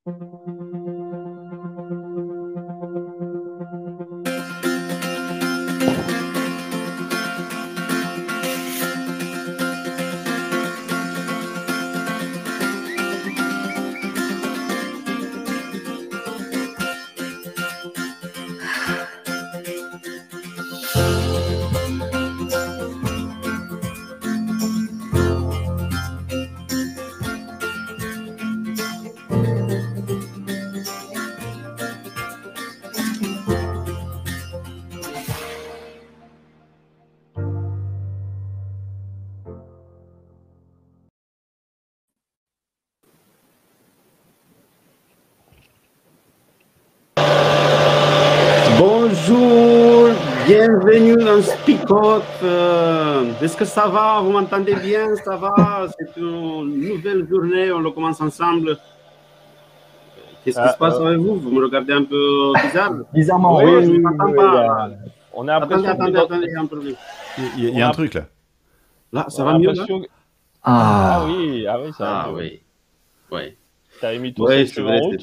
Bonjour, bienvenue dans Speak Out. Est-ce que ça va? Vous m'entendez bien? Ça va? C'est une nouvelle journée, on le commence ensemble. Qu'est-ce qui se passe avec vous? Vous me regardez un peu bizarre? Bizarrement, Oui, oui. Je ne m'entends pas. On a l'impression Attendez, un peu. Il y a un truc là. Là, ça va mieux là? Ah oui, ça va mieux. Oui. T'avais mis ton Oui, set c'est vrai, en route.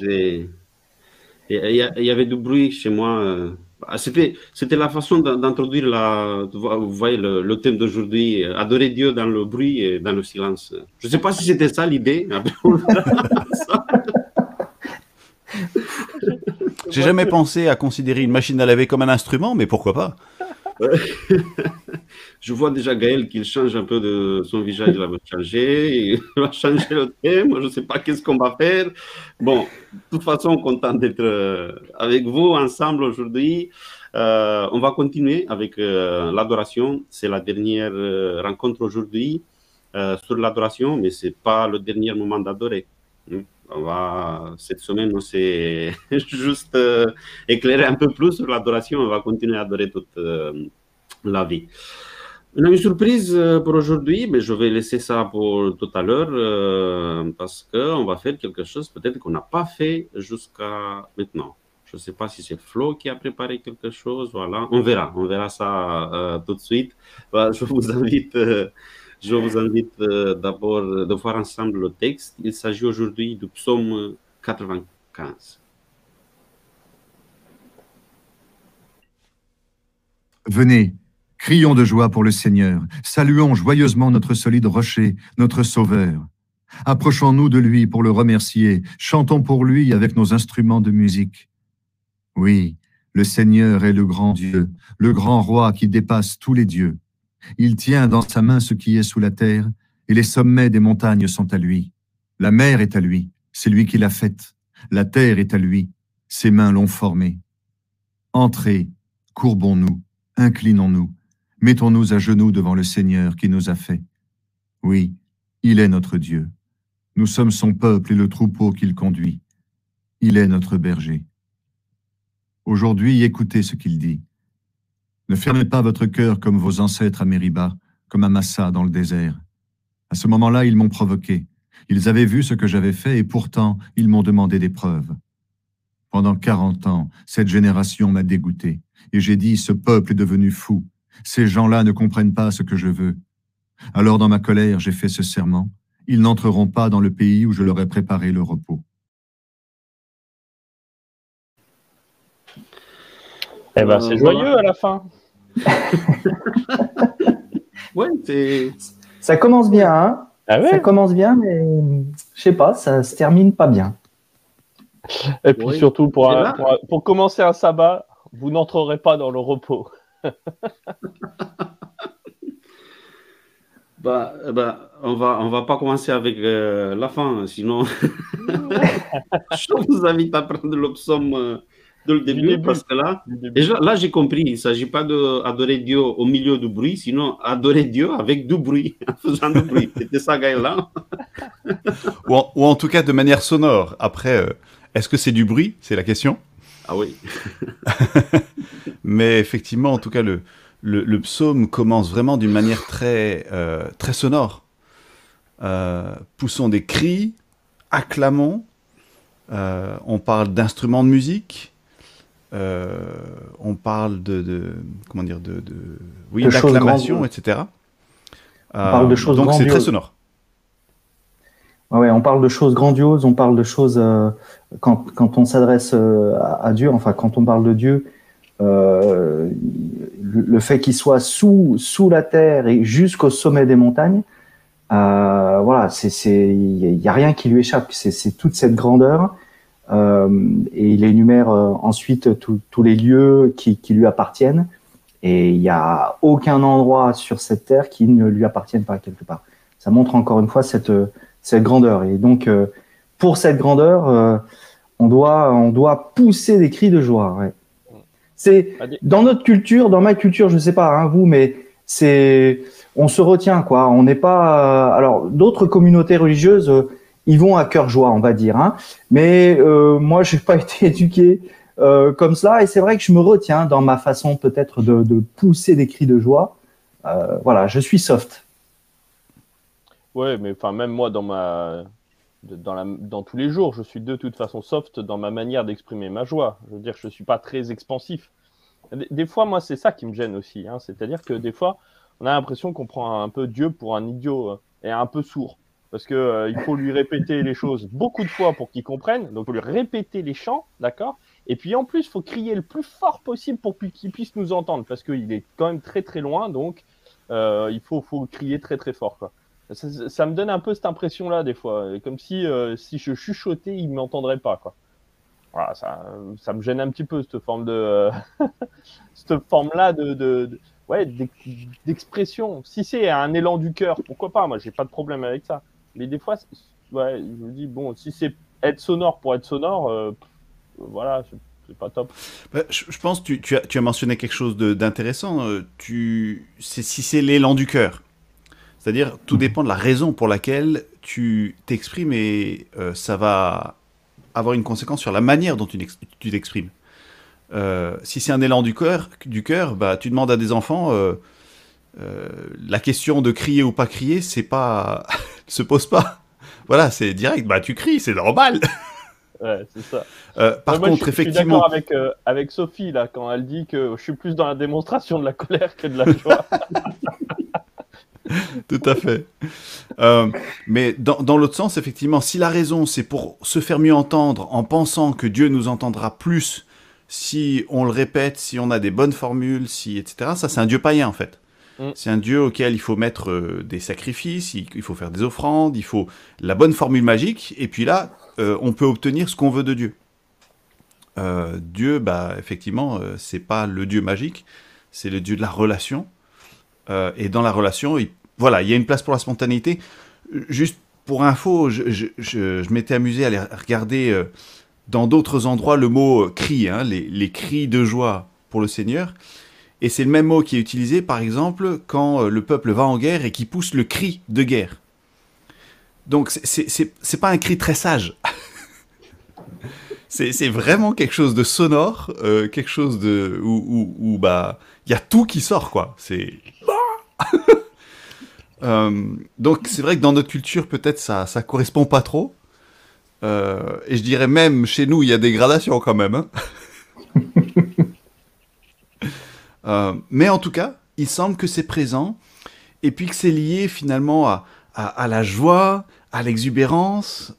Il y avait du bruit chez moi. C'était la façon d'introduire vous voyez, le thème d'aujourd'hui, adorer Dieu dans le bruit et dans le silence. Je ne sais pas si c'était ça l'idée. J'ai jamais pensé à considérer une machine à laver comme un instrument, mais pourquoi pas? Je vois déjà Gaël qu'il change un peu de son visage, il va changer, il va changer le thème, je ne sais pas qu'est-ce qu'on va faire. Bon, de toute façon, content d'être avec vous ensemble aujourd'hui. On va continuer avec l'adoration. C'est la dernière rencontre aujourd'hui sur l'adoration, mais ce n'est pas le dernier moment d'adorer. Cette semaine, on s'est juste éclairé un peu plus sur l'adoration. On va continuer à adorer toute la vie. On a une surprise pour aujourd'hui, mais je vais laisser ça pour tout à l'heure parce qu'on va faire quelque chose peut-être qu'on n'a pas fait jusqu'à maintenant. Je ne sais pas si c'est Flo qui a préparé quelque chose. Voilà, on verra ça tout de suite. Je vous invite. D'abord de voir ensemble le texte. Il s'agit aujourd'hui du psaume 95. Venez, crions de joie pour le Seigneur, saluons joyeusement notre solide rocher, notre Sauveur. Approchons-nous de lui pour le remercier, chantons pour lui avec nos instruments de musique. Oui, le Seigneur est le grand Dieu, le grand roi qui dépasse tous les dieux. Il tient dans sa main ce qui est sous la terre, et les sommets des montagnes sont à lui. La mer est à lui, c'est lui qui l'a faite. La terre est à lui, ses mains l'ont formée. Entrez, courbons-nous, inclinons-nous, mettons-nous à genoux devant le Seigneur qui nous a fait. Oui, il est notre Dieu. Nous sommes son peuple et le troupeau qu'il conduit. Il est notre berger. Aujourd'hui, écoutez ce qu'il dit. Ne fermez pas votre cœur comme vos ancêtres à Mériba, comme à Massa dans le désert. À ce moment-là, ils m'ont provoqué. Ils avaient vu ce que j'avais fait et pourtant, ils m'ont demandé des preuves. Pendant 40 ans, cette génération m'a dégoûté. Et j'ai dit, ce peuple est devenu fou. Ces gens-là ne comprennent pas ce que je veux. Alors, dans ma colère, j'ai fait ce serment. Ils n'entreront pas dans le pays où je leur ai préparé le repos. Eh ben, c'est joyeux à la fin. Ouais, ça commence bien, hein. Ah ouais. Ça commence bien, mais je sais pas, ça se termine pas bien. Et puis surtout, pour commencer un sabbat, vous n'entrerez pas dans le repos. On va pas commencer avec la fin, sinon je vous invite à prendre le psaume dès le début, parce que là j'ai compris, il ne s'agit pas d'adorer Dieu au milieu du bruit, sinon adorer Dieu avec du bruit, en faisant du bruit. C'était ça, Gaël, ou en tout cas de manière sonore. Après, est-ce que c'est du bruit? C'est la question. Ah oui. Mais effectivement, en tout cas, le psaume commence vraiment d'une manière très sonore. Poussons des cris, acclamons, on parle d'instruments de musique, on parle d'acclamation, etc. On parle de choses donc c'est grandioses. très sonore. Ouais, on parle de choses grandioses, on parle de choses quand on s'adresse à Dieu, enfin quand on parle de Dieu, le fait qu'il soit sous la terre et jusqu'au sommet des montagnes, voilà, il y a rien qui lui échappe. C'est toute cette grandeur, et il énumère ensuite tous les lieux qui lui appartiennent. Et il n'y a aucun endroit sur cette terre qui ne lui appartienne pas quelque part. Ça montre encore une fois cette grandeur. Et donc, pour cette grandeur, on doit pousser des cris de joie. Ouais. C'est dans notre culture, dans ma culture, je sais pas, hein, vous, mais on se retient, quoi. On n'est pas. Alors, d'autres communautés religieuses, ils vont à cœur joie, on va dire. Hein. Mais moi, j'ai pas été éduqué comme ça, et c'est vrai que je me retiens dans ma façon peut-être de pousser des cris de joie. Voilà, je suis soft. Ouais, mais enfin même moi dans tous les jours, je suis de toute façon soft dans ma manière d'exprimer ma joie. Je veux dire, je suis pas très expansif. Des fois, moi, c'est ça qui me gêne aussi. Hein. C'est-à-dire que des fois, on a l'impression qu'on prend un peu Dieu pour un idiot et un peu sourd. Parce que il faut lui répéter les choses beaucoup de fois pour qu'il comprenne. Donc, il faut lui répéter les chants, d'accord? Et puis, en plus, il faut crier le plus fort possible pour qu'il puisse nous entendre. Parce qu'il est quand même très, très loin. Donc, il faut crier très, très fort, quoi. Ça me donne un peu cette impression-là, des fois. Comme si je chuchotais, il ne m'entendrait pas, quoi. Voilà, ça me gêne un petit peu, cette forme cette forme-là d'expression. Si c'est un élan du cœur, pourquoi pas? Moi, j'ai pas de problème avec ça. Mais des fois, ouais, je me dis, bon, si c'est être sonore pour être sonore, voilà, c'est pas top. Bah, je pense que tu as mentionné quelque chose d'intéressant. Si c'est l'élan du cœur, c'est-à-dire tout dépend de la raison pour laquelle tu t'exprimes et ça va avoir une conséquence sur la manière dont tu t'exprimes. Si c'est un élan du cœur, bah, tu demandes à des enfants, la question de crier ou pas crier, c'est pas se pose pas. Voilà, c'est direct. Bah tu cries, c'est normal. Ouais, c'est ça. Par contre, effectivement, je suis d'accord avec Sophie là quand elle dit que je suis plus dans la démonstration de la colère que de la joie. Tout à fait. Mais dans l'autre sens, effectivement, si la raison, c'est pour se faire mieux entendre en pensant que Dieu nous entendra plus si on le répète, si on a des bonnes formules, etc., ça, c'est un Dieu païen, en fait. C'est un Dieu auquel il faut mettre des sacrifices, il faut faire des offrandes, il faut la bonne formule magique, et puis là, on peut obtenir ce qu'on veut de Dieu. Dieu, bah, effectivement, c'est pas le Dieu magique, c'est le Dieu de la relation. Et dans la relation, voilà, il y a une place pour la spontanéité. Juste pour info, je m'étais amusé à aller regarder dans d'autres endroits le mot cri, hein, les cris de joie pour le Seigneur. Et c'est le même mot qui est utilisé, par exemple, quand le peuple va en guerre et qui pousse le cri de guerre. Donc, c'est pas un cri très sage. C'est vraiment quelque chose de sonore, quelque chose où bah, il y a tout qui sort, quoi. C'est... donc c'est vrai que dans notre culture peut-être ça correspond pas trop et je dirais même chez nous il y a des gradations quand même, hein. Mais en tout cas il semble que c'est présent et puis que c'est lié finalement à la joie, à l'exubérance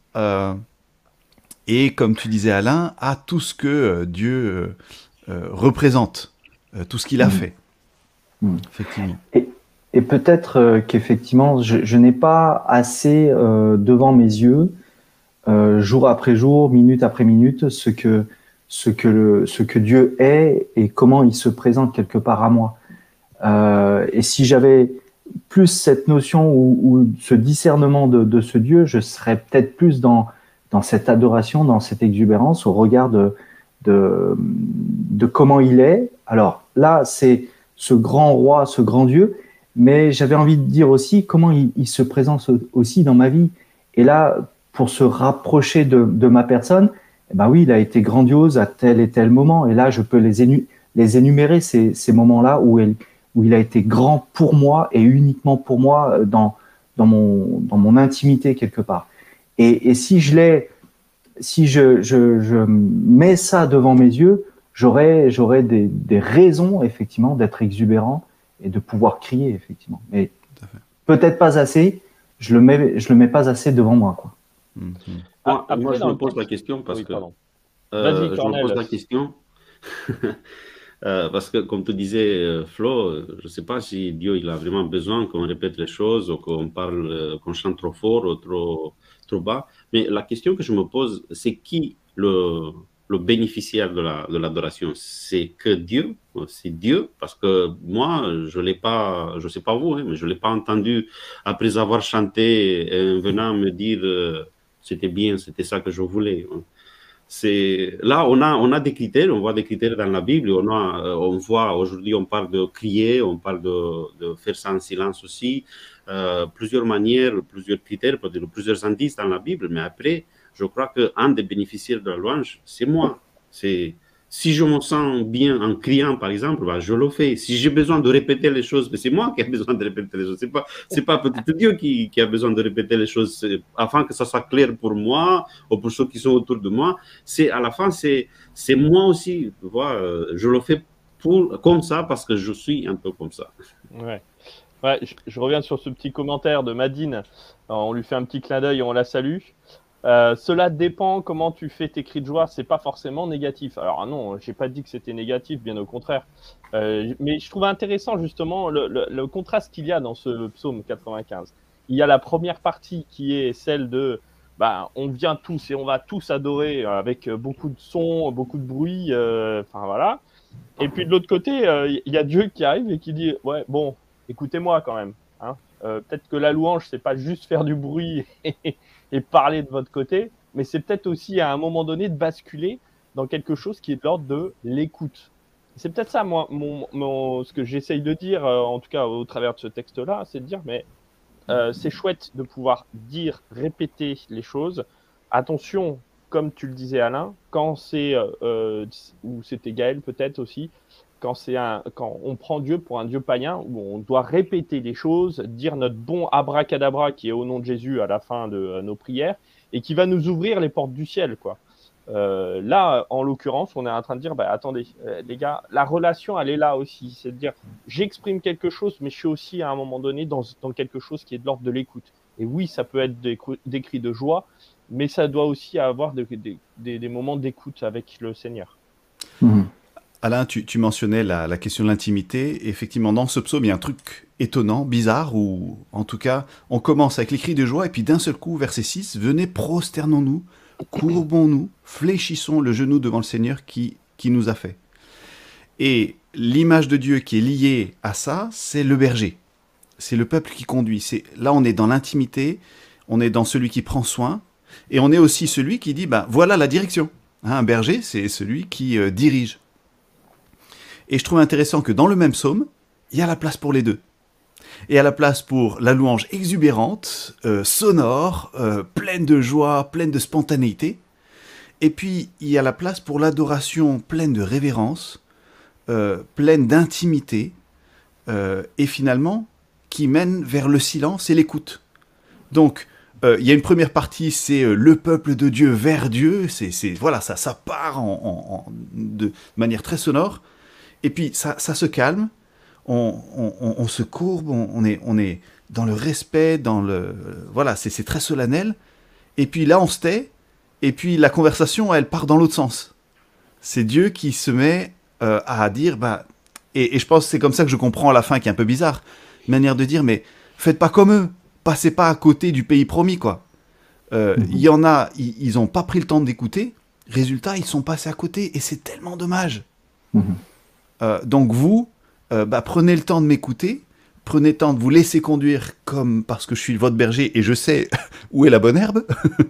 et comme tu disais Alain, à tout ce que Dieu représente, tout ce qu'il a fait. Effectivement. Et peut-être qu'effectivement, je n'ai pas assez devant mes yeux, jour après jour, minute après minute, ce que Dieu est et comment il se présente quelque part à moi. Et si j'avais plus cette notion ou ce discernement de ce Dieu, je serais peut-être plus dans cette adoration, dans cette exubérance, au regard de comment il est. Alors là, c'est ce grand roi, ce grand Dieu, mais j'avais envie de dire aussi comment il se présente aussi dans ma vie. Et là, pour se rapprocher de ma personne, eh ben oui, il a été grandiose à tel et tel moment. Et là, je peux les énumérer, ces moments-là où il a été grand pour moi et uniquement pour moi dans mon intimité quelque part. Et si je mets ça devant mes yeux, j'aurais des raisons, effectivement, d'être exubérant et de pouvoir crier, effectivement. Mais peut-être pas assez, je le mets pas assez devant moi, quoi. Moi, Après, je dans me le pose la texte... question parce Oui, que pardon. Vas-y, je me Cornel. pose la question parce que, comme tu disais, Flo, je ne sais pas si Dieu il a vraiment besoin qu'on répète les choses ou qu'on parle, qu'on chante trop fort ou trop bas. Mais la question que je me pose, c'est qui le bénéficiaire de l'adoration? C'est que Dieu? C'est Dieu? Parce que moi, je l'ai pas, je ne sais pas vous, hein, mais je ne l'ai pas entendu après avoir chanté et venant me dire c'était bien, c'était ça que je voulais. C'est là on a des critères, on voit des critères dans la Bible, on voit aujourd'hui on parle de crier, on parle de faire ça en silence aussi, plusieurs manières, plusieurs critères, plusieurs indices dans la Bible, mais après je crois que un des bénéficiaires de la louange c'est moi. C'est si je me sens bien en criant par exemple, bah, je le fais. Si j'ai besoin de répéter les choses, mais c'est moi qui ai besoin de répéter les choses, c'est pas peut-être Dieu qui a besoin de répéter les choses afin que ça soit clair pour moi ou pour ceux qui sont autour de moi. C'est à la fin c'est moi aussi, tu vois, je le fais comme ça parce que je suis un peu comme ça. Ouais. Ouais, je reviens sur ce petit commentaire de Madine. Alors, on lui fait un petit clin d'œil et on la salue. Cela dépend comment tu fais tes cris de joie, c'est pas forcément négatif. Alors non, j'ai pas dit que c'était négatif, bien au contraire. Mais je trouve intéressant justement le contraste qu'il y a dans ce psaume 95. Il y a la première partie qui est celle de on vient tous et on va tous adorer avec beaucoup de sons, beaucoup de bruit, enfin voilà. Et puis de l'autre côté, il y a Dieu qui arrive et qui dit ouais bon, écoutez-moi quand même. Hein. Peut-être que la louange c'est pas juste faire du bruit et parler de votre côté, mais c'est peut-être aussi à un moment donné de basculer dans quelque chose qui est de l'ordre de l'écoute. C'est peut-être ça, moi, ce que j'essaye de dire, en tout cas au travers de ce texte-là, c'est de dire, mais c'est chouette de pouvoir dire, répéter les choses. Attention, comme tu le disais Alain, quand c'est, ou c'était Gaël peut-être aussi, quand on prend Dieu pour un Dieu païen, où on doit répéter les choses, dire notre bon abracadabra qui est au nom de Jésus à la fin de nos prières, et qui va nous ouvrir les portes du ciel, quoi. Là, en l'occurrence, on est en train de dire, attendez, les gars, la relation, elle est là aussi. C'est de dire, j'exprime quelque chose, mais je suis aussi à un moment donné dans quelque chose qui est de l'ordre de l'écoute. Et oui, ça peut être des cris de joie, mais ça doit aussi avoir des moments d'écoute avec le Seigneur. Mmh. Alain, tu mentionnais la question de l'intimité. Effectivement, dans ce psaume, il y a un truc étonnant, bizarre, où, en tout cas, on commence avec les cris de joie, et puis d'un seul coup, verset 6, « Venez, prosternons-nous, courbons-nous, fléchissons le genou devant le Seigneur qui nous a fait. » Et l'image de Dieu qui est liée à ça, c'est le berger. C'est le peuple qui conduit. Là, on est dans l'intimité, on est dans celui qui prend soin, et on est aussi celui qui dit, voilà la direction. Hein, un berger, c'est celui qui dirige. Et je trouve intéressant que dans le même psaume, il y a la place pour les deux. Et il y a la place pour la louange exubérante, sonore, pleine de joie, pleine de spontanéité. Et puis, il y a la place pour l'adoration pleine de révérence, pleine d'intimité, et finalement, qui mène vers le silence et l'écoute. Donc, il y a une première partie, c'est le peuple de Dieu vers Dieu. Voilà, ça part de manière très sonore. Et puis, ça se calme, on se courbe, on est dans le respect, voilà, c'est très solennel. Et puis là, on se tait, et puis la conversation, elle part dans l'autre sens. C'est Dieu qui se met à dire, et je pense que c'est comme ça que je comprends à la fin, qui est un peu bizarre, une manière de dire, mais faites pas comme eux, passez pas à côté du pays promis, quoi. Il y en a, ils n'ont pas pris le temps d'écouter, résultat, ils sont passés à côté, et c'est tellement dommage. Donc vous, prenez le temps de m'écouter, prenez le temps de vous laisser conduire parce que je suis votre berger et je sais où est la bonne herbe.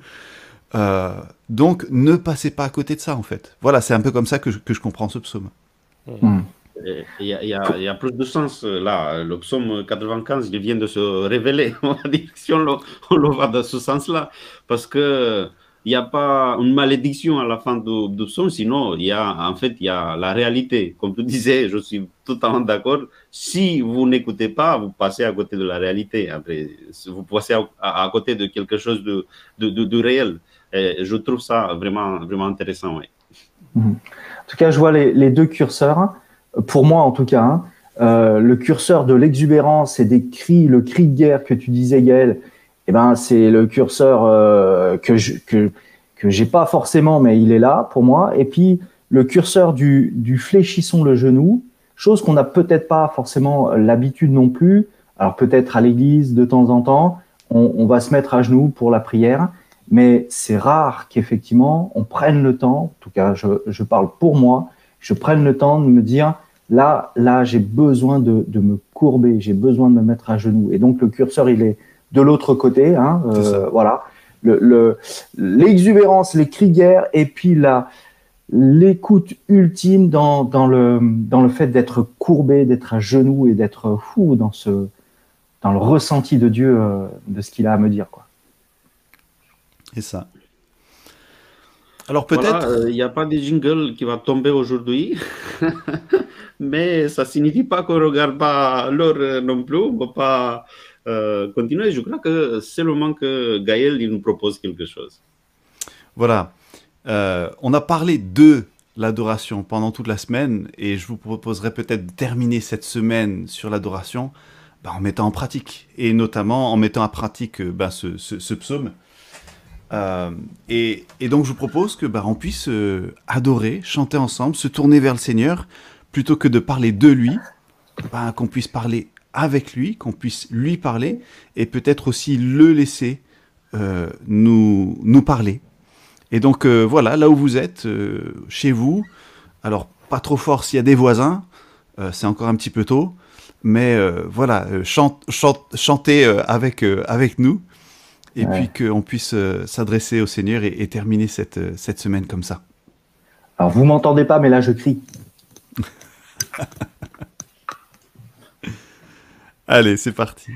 Donc ne passez pas à côté de ça en fait. Voilà, c'est un peu comme ça que je comprends ce psaume. Il y a plus de sens là. Le psaume 95, il vient de se révéler. On va dire, si on le voit dans ce sens-là, parce que il n'y a pas une malédiction à la fin du psaume, sinon il y a la réalité. Comme tu disais, je suis totalement d'accord. Si vous n'écoutez pas, vous passez à côté de la réalité. Après, vous passez à côté de quelque chose de réel. Et je trouve ça vraiment, vraiment intéressant. Ouais. En tout cas, je vois les deux curseurs. Pour moi, en tout cas, le curseur de l'exubérance et le cri de guerre que tu disais, Gaël, eh ben, c'est le curseur que j'ai pas forcément, mais il est là pour moi. Et puis, le curseur du fléchissons le genou, chose qu'on n'a peut-être pas forcément l'habitude non plus. Alors, peut-être à l'église, de temps en temps, on va se mettre à genoux pour la prière, mais c'est rare qu'effectivement, on prenne le temps, en tout cas, je parle pour moi, je prenne le temps de me dire, là, j'ai besoin de me courber, j'ai besoin de me mettre à genoux. Et donc, le curseur, il est de l'autre côté, hein, voilà. L'exubérance, les cris de guerre, et puis l'écoute ultime dans le fait d'être courbé, d'être à genoux et d'être fou dans le ressenti de Dieu, de ce qu'il a à me dire, quoi. Et ça. Alors peut-être... Il n'y a pas de jingle qui va tomber aujourd'hui, mais ça ne signifie pas qu'on ne regarde pas l'heure non plus. On ne peut pas continuer. Je crois que c'est le moment que Gaël il nous propose quelque chose. Voilà. On a parlé de l'adoration pendant toute la semaine et je vous proposerais peut-être de terminer cette semaine sur l'adoration en mettant en pratique. Et notamment en mettant en pratique ce psaume. Et donc je vous propose que on puisse adorer, chanter ensemble, se tourner vers le Seigneur, plutôt que de parler de lui, qu'on puisse parler avec lui, qu'on puisse lui parler, et peut-être aussi le laisser nous parler. Et donc voilà, là où vous êtes, chez vous, alors pas trop fort s'il y a des voisins, c'est encore un petit peu tôt, mais voilà, chantez avec nous. Et puis qu'on puisse s'adresser au Seigneur et terminer cette semaine comme ça. Alors, vous m'entendez pas, mais là, je crie. Allez, c'est parti.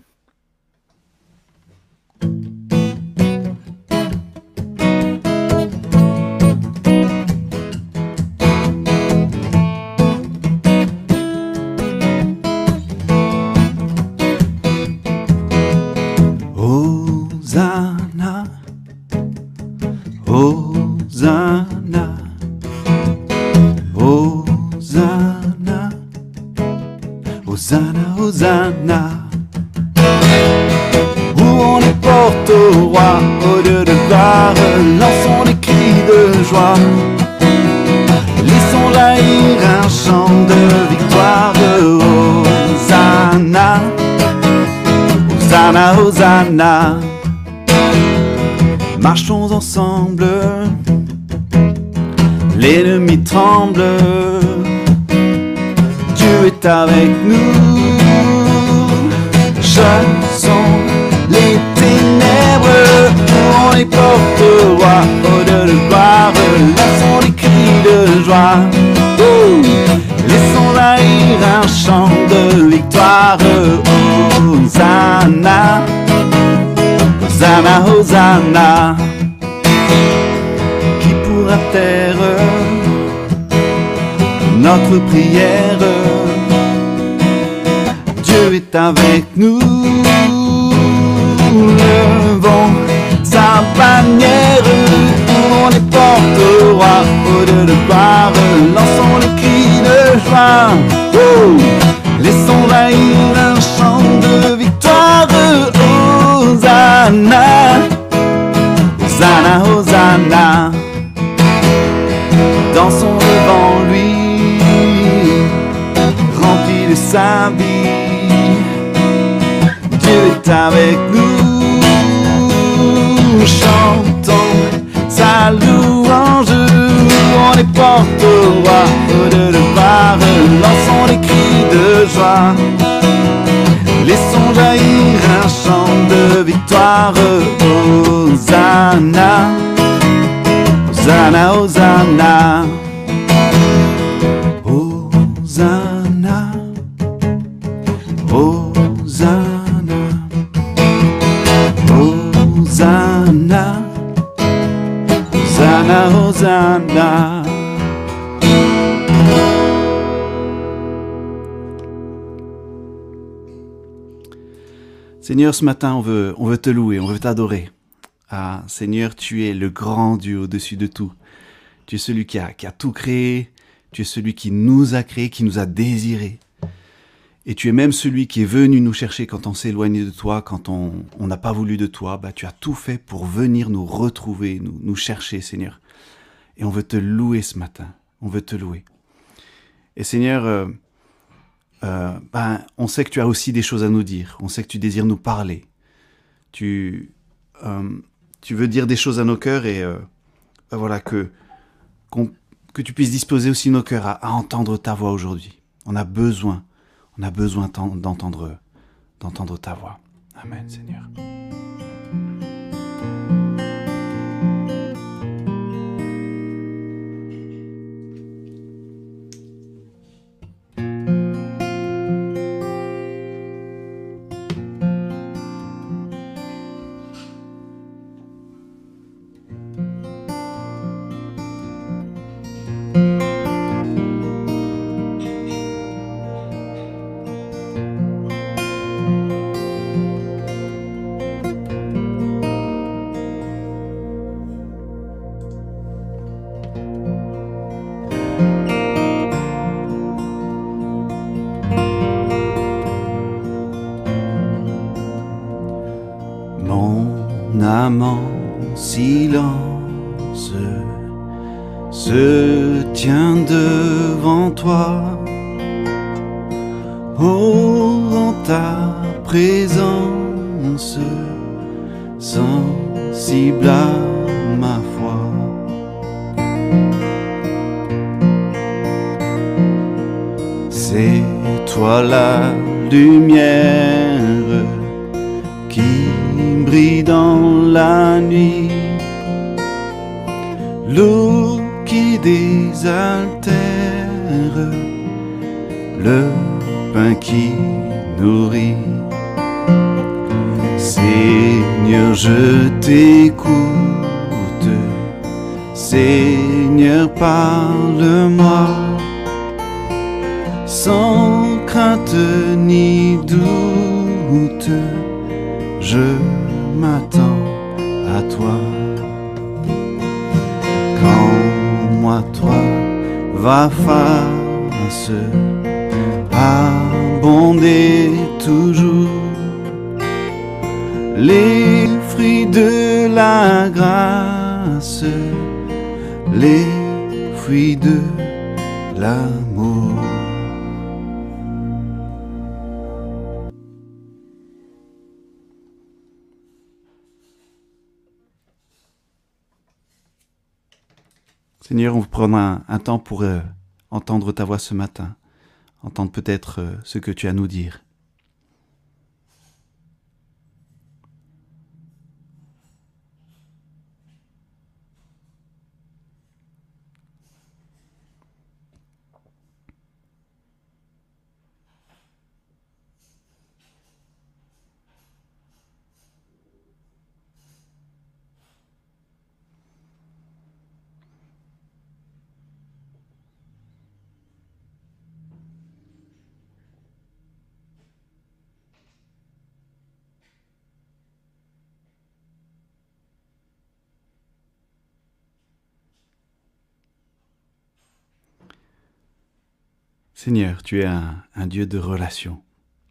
Hosanna, Hosanna, Hosanna, Hosanna. Ouvrons les portes au roi, au Dieu de gloire, lançons des cris de joie. Laissons jaillir un chant de victoire. Hosanna, Hosanna, Hosanna. Marchons ensemble, l'ennemi tremble, Dieu est avec nous. Chassons les ténèbres, ouvrons les portes au roi, au Dieu de gloire, laissons les cris de joie. Laissons jaillir un chant de victoire. Hosanna, Hosanna, Hosanna. Qui pourra taire notre prière? Dieu est avec nous. Levons sa bannière, ouvrons les portes au roi, au Dieu de gloire, lançons les cris de joie. Laissons jaillir un chant de victoire. Hosanna, Hosanna, Hosanna. Dansons devant lui, remplis de sa vie. Dieu est avec nous, chantons sa louange. Ouvrons les portes au roi, au Dieu de gloire, lançons les cris de joie. Laissons jaillir un chant de victoire. Hosanna, Hosanna, Hosanna. Hosanna, Hosanna, Hosanna, Hosanna, Hosanna. Seigneur, ce matin, on veut te louer, on veut t'adorer. Ah, Seigneur, tu es le grand Dieu au-dessus de tout. Tu es celui qui a tout créé. Tu es celui qui nous a créés, qui nous a désirés. Et tu es même celui qui est venu nous chercher quand on s'est éloigné de toi, quand on n'a pas voulu de toi. Bah, tu as tout fait pour venir nous retrouver, nous chercher, Seigneur. Et on veut te louer ce matin. On veut te louer. Et Seigneur, on sait que tu as aussi des choses à nous dire. On sait que tu désires nous parler. Tu veux dire des choses à nos cœurs et voilà, que tu puisses disposer aussi nos cœurs à entendre ta voix aujourd'hui. On a besoin d'entendre ta voix. Amen, Seigneur. Mon âme en silence se tient devant toi, oh, en ta présence, sensible à ma foi. C'est toi la lumière qui brille dans la nuit, l'eau qui désaltère, le pain qui nourrit. Seigneur, je t'écoute, Seigneur, parle-moi, sans crainte ni doute, je m'attends à toi. Quand moi, toi, va face, abonder toujours les fruits de la grâce, les fruits de l'amour. Seigneur, on vous prend un temps pour entendre ta voix ce matin, entendre peut-être ce que tu as à nous dire. Seigneur, tu es un Dieu de relation.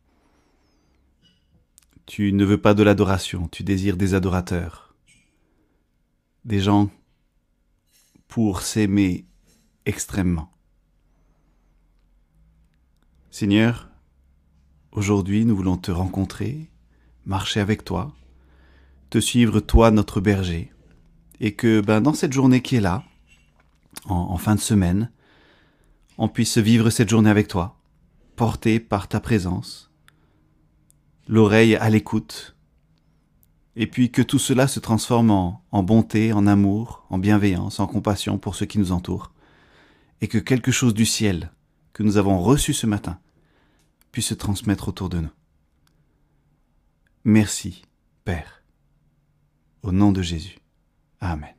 Tu ne veux pas de l'adoration, tu désires des adorateurs. Des gens pour s'aimer extrêmement. Seigneur, aujourd'hui nous voulons te rencontrer, marcher avec toi, te suivre toi notre berger, et que dans cette journée qui est là, en fin de semaine, on puisse vivre cette journée avec toi, porté par ta présence, l'oreille à l'écoute, et puis que tout cela se transforme en bonté, en amour, en bienveillance, en compassion pour ceux qui nous entourent, et que quelque chose du ciel que nous avons reçu ce matin puisse se transmettre autour de nous. Merci, Père, au nom de Jésus. Amen.